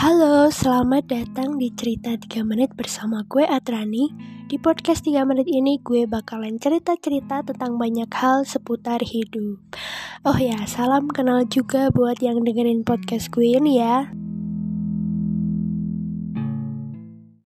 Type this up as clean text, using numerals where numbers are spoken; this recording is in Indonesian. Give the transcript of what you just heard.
Halo, selamat datang di Cerita 3 Menit bersama gue Atrani. Di podcast 3 menit ini gue bakalan cerita-cerita tentang banyak hal seputar hidup. Oh ya, salam kenal juga buat yang dengerin podcast gue ini ya.